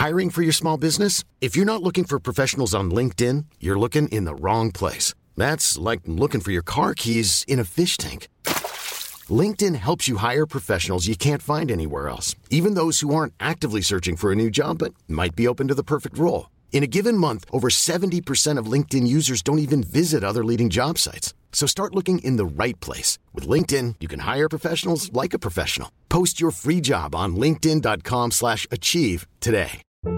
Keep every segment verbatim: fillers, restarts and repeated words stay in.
Hiring for your small business? If you're not looking for professionals on LinkedIn, you're looking in the wrong place. That's like looking for your car keys in a fish tank. LinkedIn helps you hire professionals you can't find anywhere else, even those who aren't actively searching for a new job but might be open to the perfect role. In a given month, over seventy percent of LinkedIn users don't even visit other leading job sites. So start looking in the right place. With LinkedIn, you can hire professionals like a professional. Post your free job on linkedin.com slash achieve today.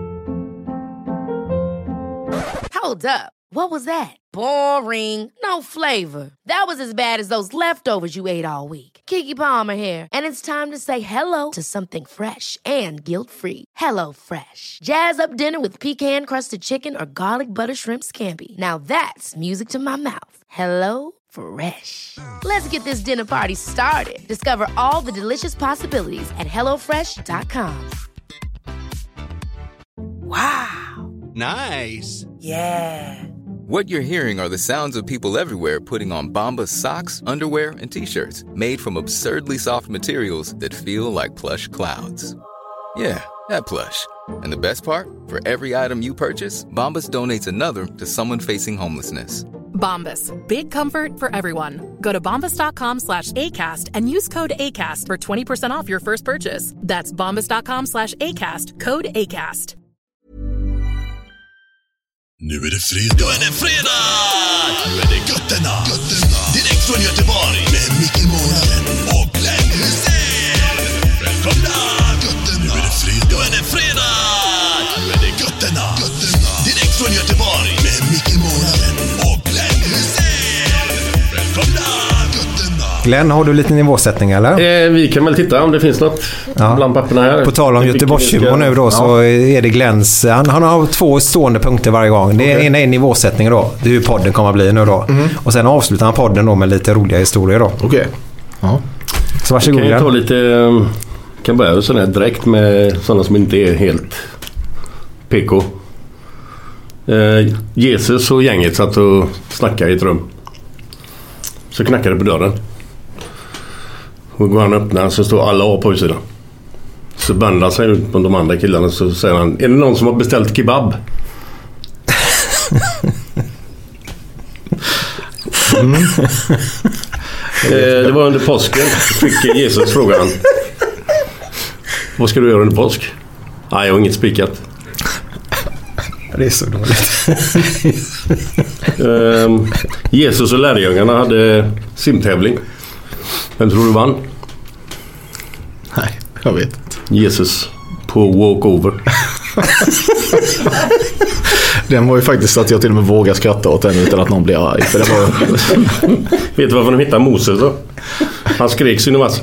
Hold up. What was that? Boring. No flavor. That was as bad as those leftovers you ate all week. Keke Palmer here. And it's time to say hello to something fresh and guilt-free. Hello Fresh. Jazz up dinner with pecan-crusted chicken or garlic butter shrimp scampi. Now that's music to my mouth. Hello Fresh. Let's get this dinner party started. Discover all the delicious possibilities at hello fresh dot com. Wow. Nice. Yeah. What you're hearing are the sounds of people everywhere putting on Bombas socks, underwear, and T-shirts made from absurdly soft materials that feel like plush clouds. Yeah, that plush. And the best part? For every item you purchase, Bombas donates another to someone facing homelessness. Bombas. Big comfort for everyone. Go to bombas.com slash ACAST and use code ACAST for twenty percent off your first purchase. That's bombas.com slash ACAST. Code ACAST. Nu är det fredag. Nu är det fredag! Nu är det götterna. götterna. Direkt från Göteborg. Med Micke Månaden och Glenn Hussein. Välkomna! Götterna. Nu är det fredag. Nu är det fredag! Nu är det götterna. götterna. Direkt från Göteborg. Med Micke Månaden och Glenn Hussein. Välkomna! Götterna. Glenn, har du lite nivåsättning eller? Eh, vi kan väl titta om det finns något ja. bland papperna här. På tal om Göteborgshumor nu då ja. så är det Glenns. Han, han har två stående punkter varje gång. Det okay. ena är nivåsättning då. Det är hur podden kommer att bli nu då. Mm. Och sen avslutar han podden då med lite roliga historier då. Okej. Okay. Ja. Så varsågod. Kan jag ta lite... Kan börja sån här direkt med sådana som inte är helt P K. Eh, Jesus och gänget satt och snackade i ett rum. Så knackade det på dörren. Och går han och öppnar så står alla A på utsidan. Så bandar sig ut på de andra killarna så säger han: är det någon som har beställt kebab? Mm. eh, det var under påsken. Fick Jesus fråga han: vad ska du göra under påsk? Nej, jag har inget spikat. Det är så dåligt. eh, Jesus och lärjungarna hade simtävling. Vem tror du vann? Nej, jag vet inte. Jesus på walkover. Den var ju faktiskt att jag till och med vågar skratta åt den utan att någon blir arg. För det var... Vet du varför de hittade Moses då? Han skrek sin vass.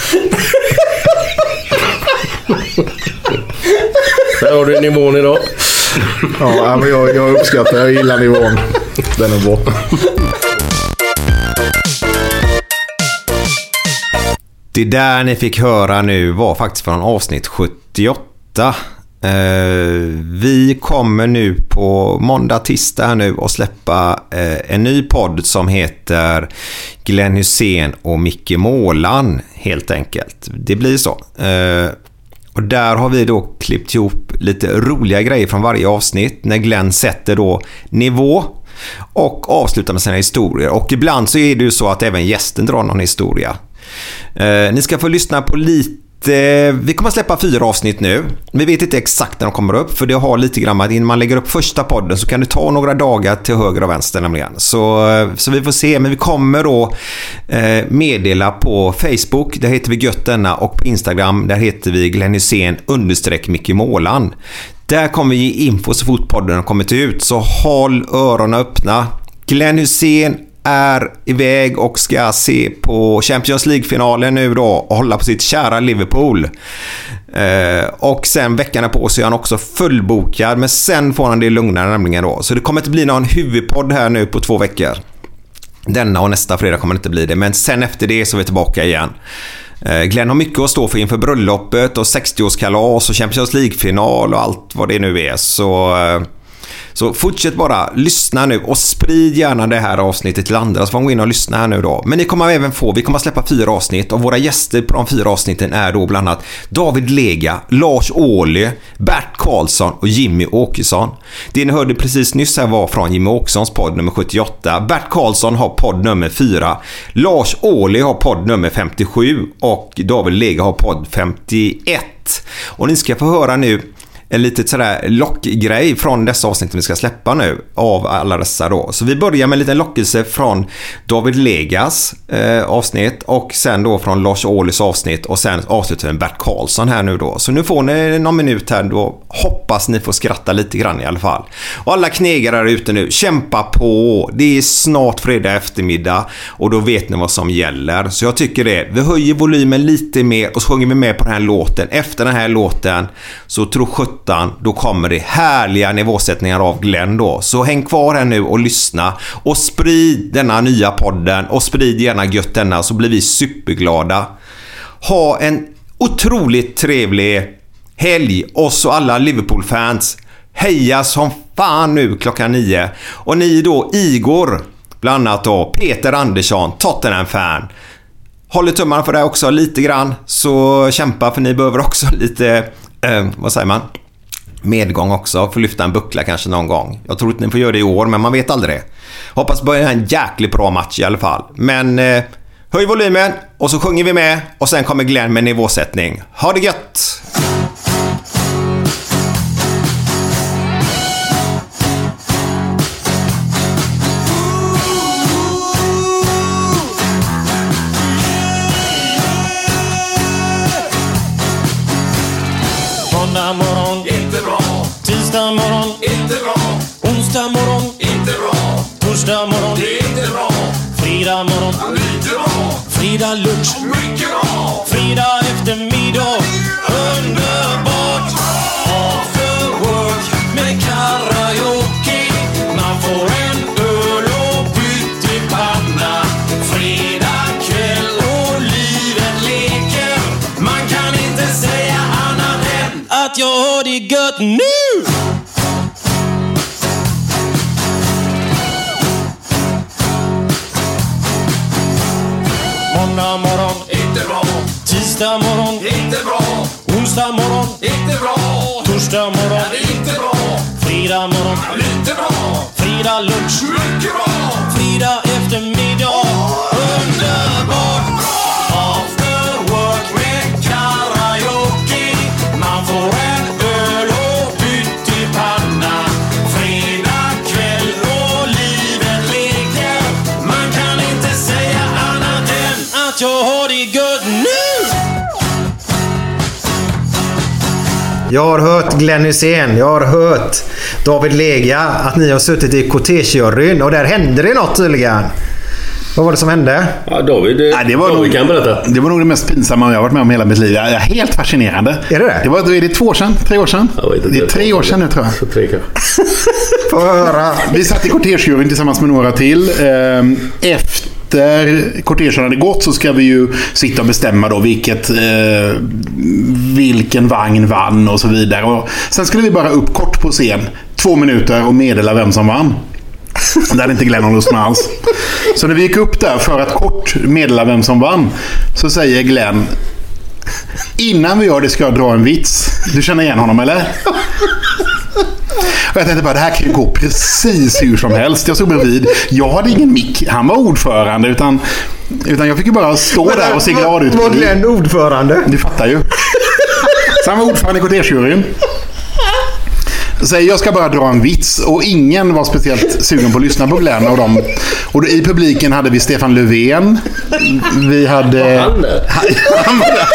Där har du nivån idag. Ja, men jag, jag uppskattar, jag gillar nivån. Den är bra. Det där ni fick höra nu var faktiskt från avsnitt sjuttioåtta. Uh, vi kommer nu på måndag, tisdag här nu och släppa uh, en ny podd som heter Glenn Hussein och Micke Målan helt enkelt. Det blir så. Uh, och där har vi då klippt ihop lite roliga grejer från varje avsnitt när Glenn sätter då nivå och avslutar med sina historier. Och ibland så är det ju så att även gästen drar någon historia. Uh, ni ska få lyssna på lite. Vi kommer att släppa fyra avsnitt nu. Vi vet inte exakt när de kommer upp, för det har lite grann att innan man lägger upp första podden så kan det ta några dagar till höger och vänster nämligen. Så, så vi får se, men vi kommer då eh, meddela på Facebook, där heter vi Götterna, och på Instagram där heter vi Glenn Hussein understreck Micke Målan. Där kommer vi ge info så fort podden har kommit ut, så håll öronen öppna. Glenn Hussein är iväg och ska se på Champions League-finalen nu då och hålla på sitt kära Liverpool. Eh, och sen veckan på så är han också fullbokad, men sen får han det lugnare nämligen då. Så det kommer inte bli någon huvudpodd här nu på två veckor. Denna och nästa fredag kommer det inte bli det, men sen efter det så är vi tillbaka igen. Eh, Glenn har mycket att stå för inför bröllopet och sextioårskalas och Champions League-final och allt vad det nu är. Så... Eh, Så fortsätt bara lyssna nu och sprid gärna det här avsnittet till andra, så får man gå in och lyssna här nu då. Men ni kommer även få, vi kommer att släppa fyra avsnitt, och våra gäster på de fyra avsnitten är då bland annat David Lega, Lars Ohly, Bert Karlsson och Jimmy Åkesson. Det ni hörde precis nyss här var från Jimmy Åkessons podd nummer sjuttioåtta. Bert Karlsson har podd nummer fyra. Lars Ohly har podd nummer femtiosju och David Lega har podd femtioett. Och ni ska få höra nu en lite sådär lockgrej från dessa avsnitt vi ska släppa nu av alla dessa då. Så vi börjar med en liten lockelse från David Legas eh, avsnitt, och sen då från Lars Ohlys avsnitt, och sen avslutar med Bert Karlsson här nu då. Så nu får ni någon minut här då. Hoppas ni får skratta lite grann i alla fall. Och alla knegare ute nu, kämpa på. Det är snart fredag eftermiddag och då vet ni vad som gäller. Så jag tycker det. Vi höjer volymen lite mer och så sjunger vi med på den här låten. Efter den här låten så tror sjutton, då kommer det härliga nivåsättningar av Glenn då. Så häng kvar här nu och lyssna och sprid denna nya podden, och sprid gärna gött denna, så blir vi superglada. Ha en otroligt trevlig helg, oss och alla Liverpool-fans. Heja som fan nu klockan nio. Och ni då, Igor bland annat då, Peter Andersson, Tottenham-fan, håller tummarna för det också lite grann. Så kämpa, för ni behöver också lite eh, vad säger man, medgång också, för att lyfta en buckla kanske någon gång. Jag tror inte ni får göra det i år, men man vet aldrig. Hoppas börja en jäkligt bra match i alla fall. Men eh, höj volymen och så sjunger vi med, och sen kommer Glenn med nivåsättning. Ha det gött! Måndag morgon, inte bra. Tisdag morgon, inte bra. Onsdag morgon, inte bra. Torsdag morgon, det är inte bra. Fredag morgon, lite bra. Fredag lunch, mycket bra. Fredag eftermiddag, underbart. After work med karaoke. Man får en öl och pyttipanna. Fredag kväll och livet leker. Man kan inte säga annat än att jag har det gött nu. Måndag morgon, inte bra. Tisdag morgon, inte bra. Onsdag morgon, inte bra. Torsdag morgon, ja, det är inte bra. Fredag morgon, ja, lite bra. Fredag lunch, mycket bra. Fredag eftermiddag, underbart. After work med karaoke. Man får en öl och pyttipanna. Fredag kväll och livet leker. Man kan inte säga annat än att jag har det gött nu. Jag har hört Glenn Hussein, jag har hört David Lega, att ni har suttit i kortegejuryn, och där hände det något tydligen. Vad var det som hände? Ja, David, det, ja, det, var David nog, kan berätta. Det var nog det mest pinsamma jag har varit med om hela mitt liv. Ja, helt fascinerande. Är det det? Det var, är det två år sedan? Tre år sedan? Det är tre år sedan nu, tror jag. Så tre kanske. Få höra. Vi satt i kortegejuryn tillsammans med några till. Efter kortegen hade gått så ska vi ju sitta och bestämma då vilket, eh, vilken vagn vann och så vidare. Och sen skulle vi bara upp kort på scen, två minuter, och meddela vem som vann. Det hade inte Glenn någon lust med alls. Så när vi gick upp där för att kort meddela vem som vann, så säger Glenn: innan vi gör det ska jag dra en vits. Du känner igen honom, eller? Och jag tänkte bara, det här kan ju gå precis hur som helst. Jag stod bredvid. Jag hade ingen mick. Han var ordförande, utan, utan jag fick ju bara stå men, där och se glad ut. Var Glenn ordförande? Du fattar ju. Så han var ordförande i kortegejuryn. Så jag ska bara dra en vits, och ingen var speciellt sugen på att lyssna på Glenn och dem. Och i publiken hade vi Stefan Löfven. Vi hade... Var han där? Han var där.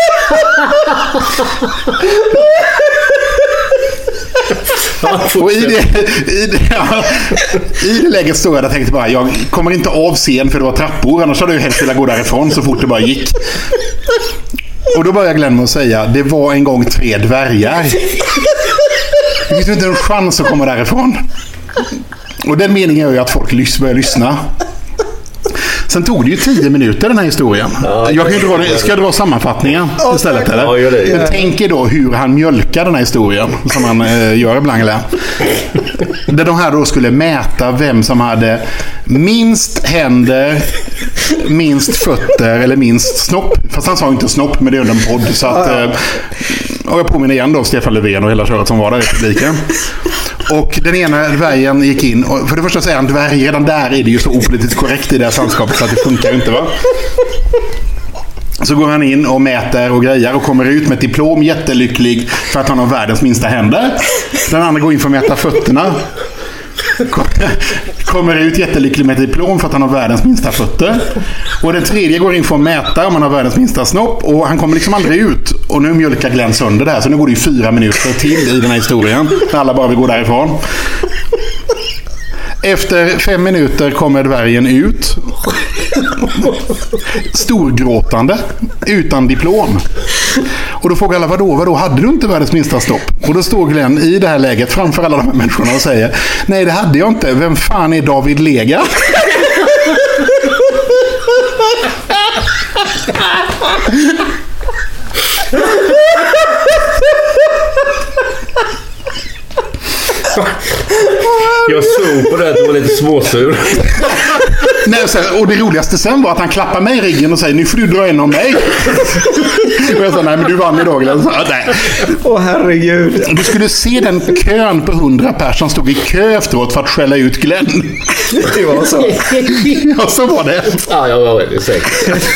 Och i det, i, det, ja, i det läget stod jag där och tänkte bara, jag kommer inte av scen för det var trappor, annars hade jag helst velat gå därifrån så fort det bara gick. Och då började Glenn med att säga: det var en gång tre dvärgar. Det finns inte en chans att komma därifrån. Och den meningen är ju att folk börjar lyssna. Sen Sen tog det ju tio minuter den här historien. Ja, jag kan ju dra, ska jag dra sammanfattningen istället eller? Ja, gör det. Jag tänker då hur han mjölkar den här historien som han eh, gör ibland eller? Där de här då skulle mäta vem som hade minst händer, minst fötter eller minst snopp. Fast han sa inte snopp, men det är under en podd. Så att, eh, och jag påminner igen då Stefan Löfven och hela köret som var där i publiken. Och den ena dvärgen gick in och för det första säger han dvärg, redan där är det ju så opolitiskt korrekt i det här landskapet så att det funkar inte va. Så går han in och mäter och grejer och kommer ut med ett diplom jättelycklig för att han har världens minsta händer. Den andra går in för att mäta fötterna. Kommer ut jättelycklig med ett diplom för att han har världens minsta fötter. Och den tredje går in för att mäta om han har världens minsta snopp. Och han kommer liksom aldrig ut. Och nu mjölkar Glenn sönder det här. Så nu går det ju fyra minuter till i den här historien. När alla bara vill gå därifrån. Efter fem minuter kommer dvärgen ut. Storgråtande. Utan diplom. Och då frågar alla, vadå, vadå, hade du inte världens minsta stopp? Och då står Glenn i det här läget framför alla de här människorna och säger, nej det hade jag inte, vem fan är David Lega? Jag såg på det att det var lite småsur. Nej, och det roligaste sen var att han klappar mig i ryggen och säger, nu får du dra in om mig. Och jag sa, nej men du vann idag. Åh oh, herregud. Du skulle se den kön på hundra personer som stod i kö efteråt för att skälla ut Glenn. Det var så. Ja, så var det. Ja, jag var väldigt säker.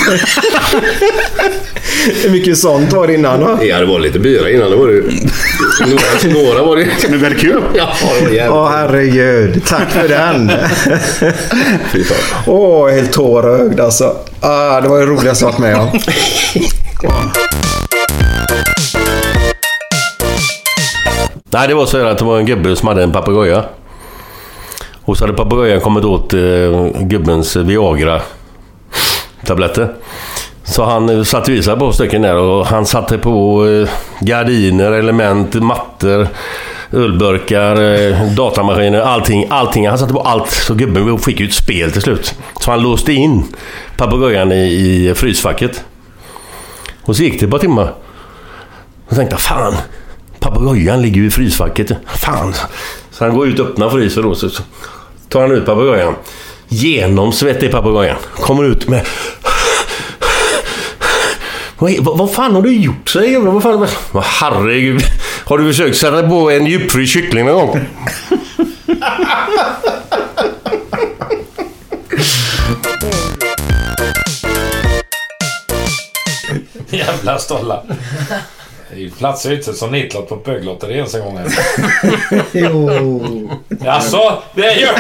Hur mycket sånt var det innan då? Ja, det var lite byra innan. Det var det några, några var det. Men väl kul. Ja, det var jävligt. Åh oh, herregud, tack för den. Åh, oh, helt tårögd alltså. Ah, det var ju roligast jag varit med om. Nej, det var så att det var en gubbe som hade en papegoja. Och så hade papegojan kommit åt eh, gubbens Viagra-tabletter. Så han satte visa på stycken där och han satte på eh, gardiner, element, mattor, ölburkar, eh, datamaskiner, allting, allting. Han satte på allt så gubben fick ju ett spel till slut. Så han låste in papegojan i, i frysfacket. Och så gick det ett par timmar. Och tänkte jag, fan, papegojan ligger ju i frysfacket. Fan. Så han går ut och öppnar frysen då, så tar han ut papegojan. Genomsvettig papegojan. Kommer ut med... Vad, vad fan har du gjort, säger jag? Vad fan? Vad, herregud. Har du försökt sätta på en djupfri kyckling någon gång? Jävla stolla. Det platsar inte som nitlott på böglotter ens en gång. Jo. Jaså, det gör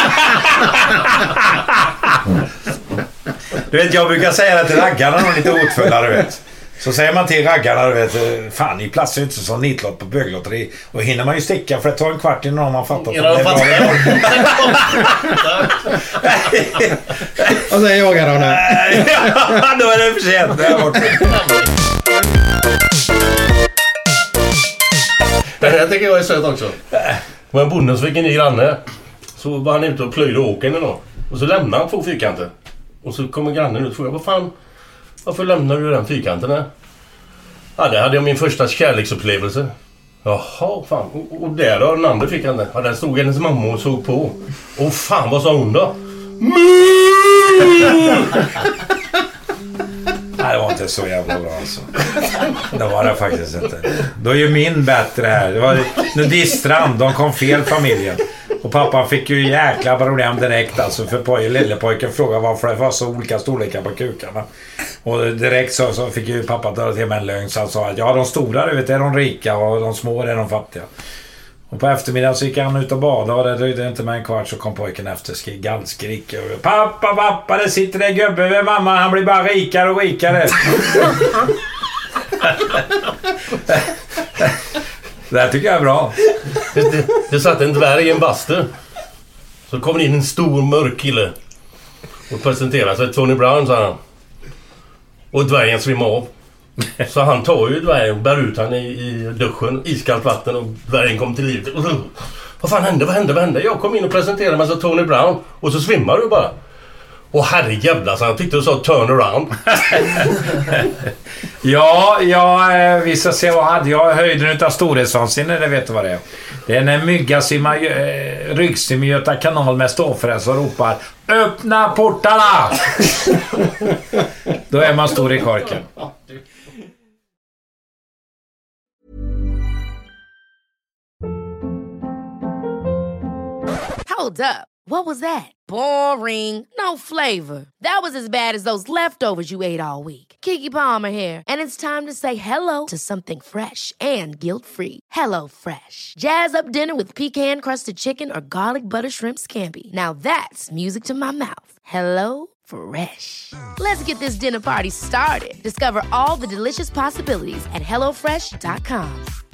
Du vet, jag brukar säga det till raggarna när de är lite otfulla, du vet. Så säger man till raggarna, du vet, fan, ni platsar inte som nitlott på böglotteri. Och hinner man ju sticka för att ta en kvart innan man fattat ja, det är bra. Och sen jagar de nu. Ja, då är det för sent. Det är bort. Det här tycker jag är söt också. Det var en bonde som fick en ny granne. Så var han ute och plöjde åken då. Och så lämnade han två fyrkanter. Och så kommer grannen ut och frågar, vad fan, varför lämnar du den fyrkanten här? Ja, det hade jag min första kärleksupplevelse. Jaha, fan. Och, och där då, den andra fyrkanten. Ja, där stod hennes mamma och såg på. Och fan, vad sa hon då? Nej, det var inte så jävla bra alltså. Det var det faktiskt inte. Då är ju min bättre här. Det var nudiststrand, de kom fel familjen. Och pappa fick ju jäkla problem direkt alltså, för poj- lillepojken frågade varför det var så olika storlekar på kukarna. Och direkt så, så fick ju pappa dra till med en lögn, så han sa att ja, de stora, du vet, är de rika och de små är de fattiga. Och på eftermiddagen så gick han ut och badade och det dröjde inte med en kvart så kom pojken efter skrik, gallskrik. Pappa, pappa, det sitter en gubbe med mamma, han blir bara rikare och rikare. Det här tycker jag är bra. Det, det, det satt en dvärg i en bastu. Så kom in en stor mörk kille och presenterade sig. Tony Brown, sa han. Och dvärgen svimmade av. Så han tar ju dvärgen och bär ut han i, i duschen, iskallt vatten, och dvärgen kom till livet. Och så, vad fan hände, vad hände, vad hände? Jag kom in och presenterade mig som Tony Brown och så svimmar du bara. Och herrejävlar, så han tyckte du sa turn around. Ja, ja, vi ska se vad hade jag. Höjden utav storhetsvansinne, det vet du vad det är. Det är när mygga simmar äh, ryggsim i Göta kanal med ståfräs och ropar öppna portarna! Då är man stor i korken. Hold up. What was that? Boring. No flavor. That was as bad as those leftovers you ate all week. Keke Palmer here, and it's time to say hello to something fresh and guilt-free. Hello Fresh. Jazz up dinner with pecan-crusted chicken or garlic butter shrimp scampi. Now that's music to my mouth. Hello Fresh. Let's get this dinner party started. Discover all the delicious possibilities at hello fresh dot com.